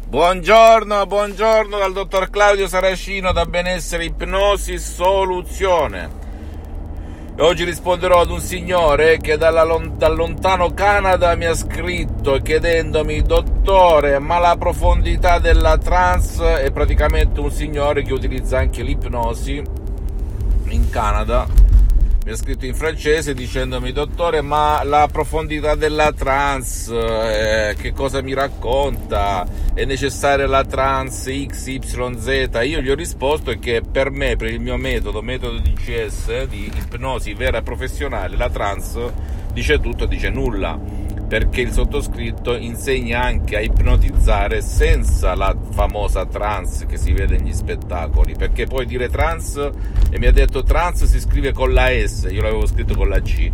Buongiorno dal dottor Claudio Saracino da Benessere Ipnosi Soluzione. Oggi risponderò ad un signore che dal lontano Canada mi ha scritto chiedendomi: dottore, ma la profondità della trance? È praticamente un signore che utilizza anche l'ipnosi in Canada. Mi ha scritto in francese dicendomi: dottore, ma la profondità della trance, che cosa mi racconta? È necessaria la trance XYZ? Io gli ho risposto che per me, per il mio metodo DCS di ipnosi vera e professionale, la trance dice tutto, dice nulla, perché il sottoscritto insegna anche a ipnotizzare senza la famosa trance che si vede negli spettacoli, perché puoi dire trance e mi ha detto trance si scrive con la S, io l'avevo scritto con la C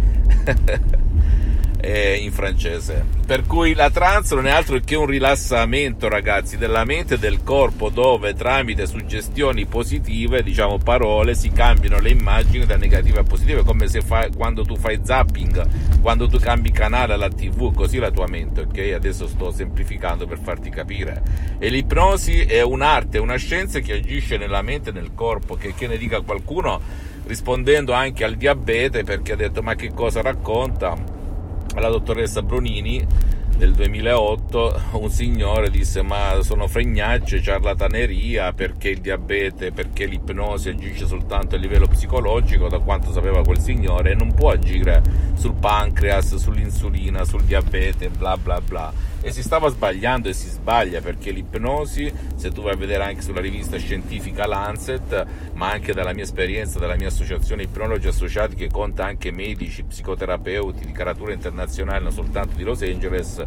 in francese, per cui la trance non è altro che un rilassamento, ragazzi, della mente e del corpo, dove tramite suggestioni positive, diciamo parole, si cambiano le immagini da negative a positive, come se quando tu fai zapping, quando tu cambi canale alla TV, così la tua mente, ok? Adesso sto semplificando per farti capire. E l'ipnosi è un'arte, è una scienza che agisce nella mente e nel corpo, che ne dica qualcuno, rispondendo anche al diabete, perché ha detto: ma che cosa racconta? Alla dottoressa Bronini del 2008 un signore disse: ma sono fregnacce, ciarlataneria, perché il diabete, perché l'ipnosi agisce soltanto a livello psicologico, da quanto sapeva quel signore, e non può agire sul pancreas, sull'insulina, sul diabete, bla bla bla. E si stava sbagliando, e si sbaglia, perché l'ipnosi, se tu vai a vedere anche sulla rivista scientifica Lancet, ma anche dalla mia esperienza, dalla mia associazione Ipnologi Associati, che conta anche medici, psicoterapeuti di caratura internazionale, non soltanto di Los Angeles,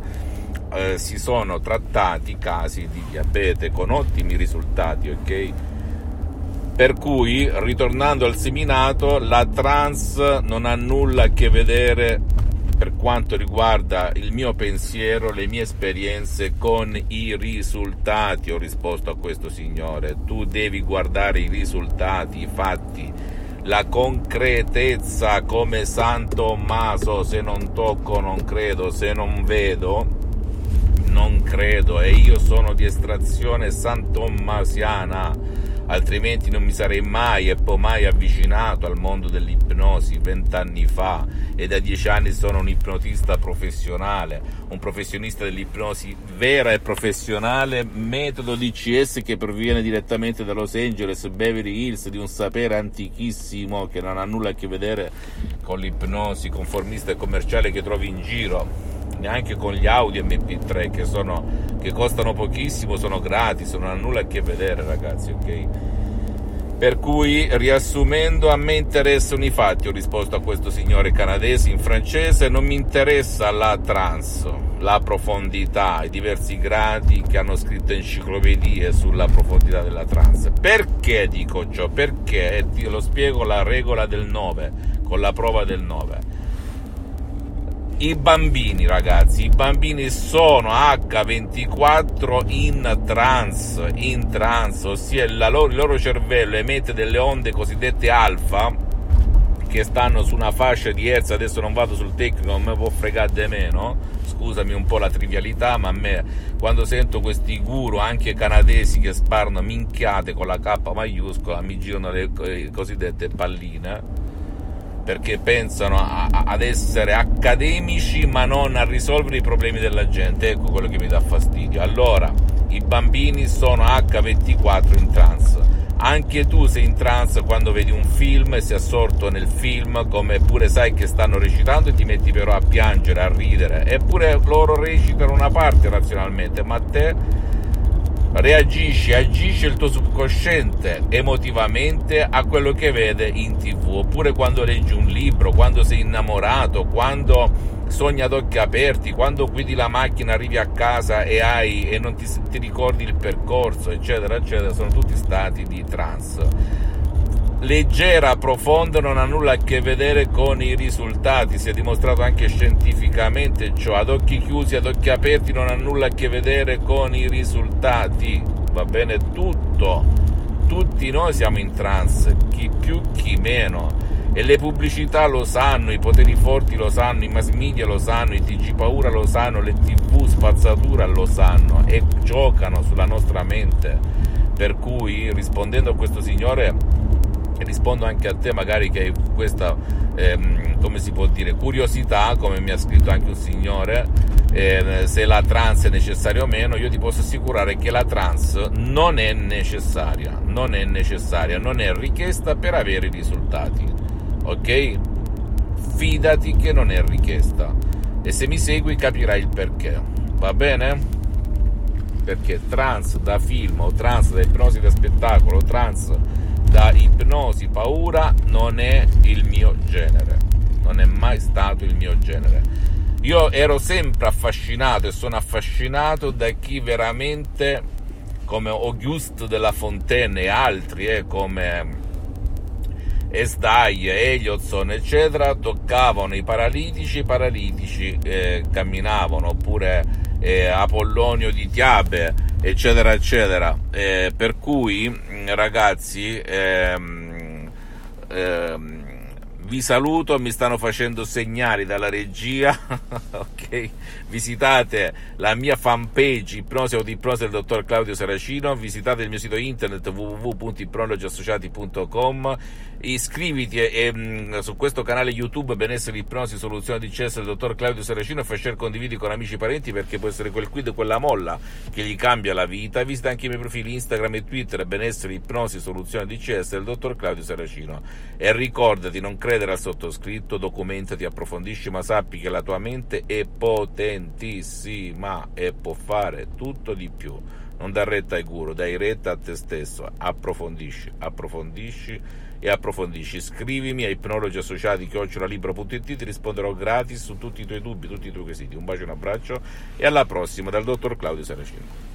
si sono trattati casi di diabete con ottimi risultati, ok? Per cui, ritornando al seminato, la trance non ha nulla a che vedere, per quanto riguarda il mio pensiero, le mie esperienze, con i risultati. Ho risposto a questo signore: tu devi guardare i risultati, i fatti, la concretezza, come San Tommaso: se non tocco non credo, se non vedo non credo, e io sono di estrazione santommasiana, altrimenti non mi sarei mai e poi mai avvicinato al mondo dell'ipnosi 20 anni fa, e da 10 anni sono un ipnotista professionale, un professionista dell'ipnosi vera e professionale, metodo DCS, che proviene direttamente da Los Angeles, Beverly Hills, di un sapere antichissimo che non ha nulla a che vedere con l'ipnosi conformista e commerciale che trovi in giro, neanche con gli audio MP3 che costano pochissimo, sono gratis, non hanno nulla a che vedere, ragazzi, ok? Per cui, riassumendo, a me interessano i fatti. Ho risposto a questo signore canadese in francese: non mi interessa la trance, la profondità, i diversi gradi che hanno scritto enciclopedie sulla profondità della trance. Perché dico ciò? Perché, ti lo spiego, la regola del 9, con la prova del 9. I bambini, ragazzi, i bambini sono H24 in trance, ossia il loro cervello emette delle onde cosiddette alfa, che stanno su una fascia di hertz. Adesso non vado sul tecnico, non me può fregare di meno, scusami un po' la trivialità, ma a me, quando sento questi guru anche canadesi che sparano minchiate con la K maiuscola, mi girano le cosiddette palline, perché pensano ad essere accademici ma non a risolvere i problemi della gente. Ecco quello che mi dà fastidio. Allora, i bambini sono H24 in trance. Anche tu sei in trance quando vedi un film e sei assorto nel film, come pure sai che stanno recitando, e ti metti però a piangere, a ridere, eppure loro recitano una parte razionalmente, ma te agisce il tuo subconsciente emotivamente a quello che vede in TV, oppure quando leggi un libro, quando sei innamorato, quando sogni ad occhi aperti, quando guidi la macchina, arrivi a casa e non ti ricordi il percorso, eccetera eccetera. Sono tutti stati di trance. Leggera, profonda, non ha nulla a che vedere con i risultati, si è dimostrato anche scientificamente ciò. Ad occhi chiusi, ad occhi aperti, non ha nulla a che vedere con i risultati, va bene? Tutti noi siamo in trance, chi più chi meno, e le pubblicità lo sanno, i poteri forti lo sanno, i mass media lo sanno, i TG paura lo sanno, le TV spazzatura lo sanno e giocano sulla nostra mente. Per cui, rispondendo a questo signore, rispondo anche a te magari che hai questa come si può dire, curiosità, come mi ha scritto anche un signore, se la trans è necessaria o meno. Io ti posso assicurare che la trans non è necessaria, non è richiesta per avere i risultati, ok? Fidati che non è richiesta, e se mi segui capirai il perché, va bene? Perché trans da film o trans da ipnosi da spettacolo, trans da ipnosi paura non è il mio genere, non è mai stato il mio genere. Io ero sempre affascinato e sono affascinato da chi veramente, come Auguste de la Fontaine e altri, come Esdai, Eliotson eccetera, toccavano i paralitici camminavano, oppure Apollonio di Tiabe eccetera eccetera, per cui ragazzi vi saluto, mi stanno facendo segnali dalla regia, ok? Visitate la mia fanpage Ipnosi Autoipnosi del dottor Claudio Saracino, visitate il mio sito internet www.ipnologiassociati.com, iscriviti su questo canale YouTube Benessere Ipnosi Soluzione di CS del dottor Claudio Saracino, e fai share, condividi con amici e parenti, perché può essere quel quid, quella molla che gli cambia la vita. Visita anche i miei profili Instagram e Twitter Benessere Ipnosi Soluzione di CS del dottor Claudio Saracino, e ricordati, non credere al sottoscritto, documentati, approfondisci, ma sappi che la tua mente è potentissima e può fare tutto di più. Non dar retta ai guru, dai retta a te stesso, approfondisci e approfondisci. Scrivimi a ipnologiassociati@libro.it, ti risponderò gratis su tutti i tuoi dubbi, tutti i tuoi quesiti. Un bacio, un abbraccio e alla prossima dal dottor Claudio Saracino.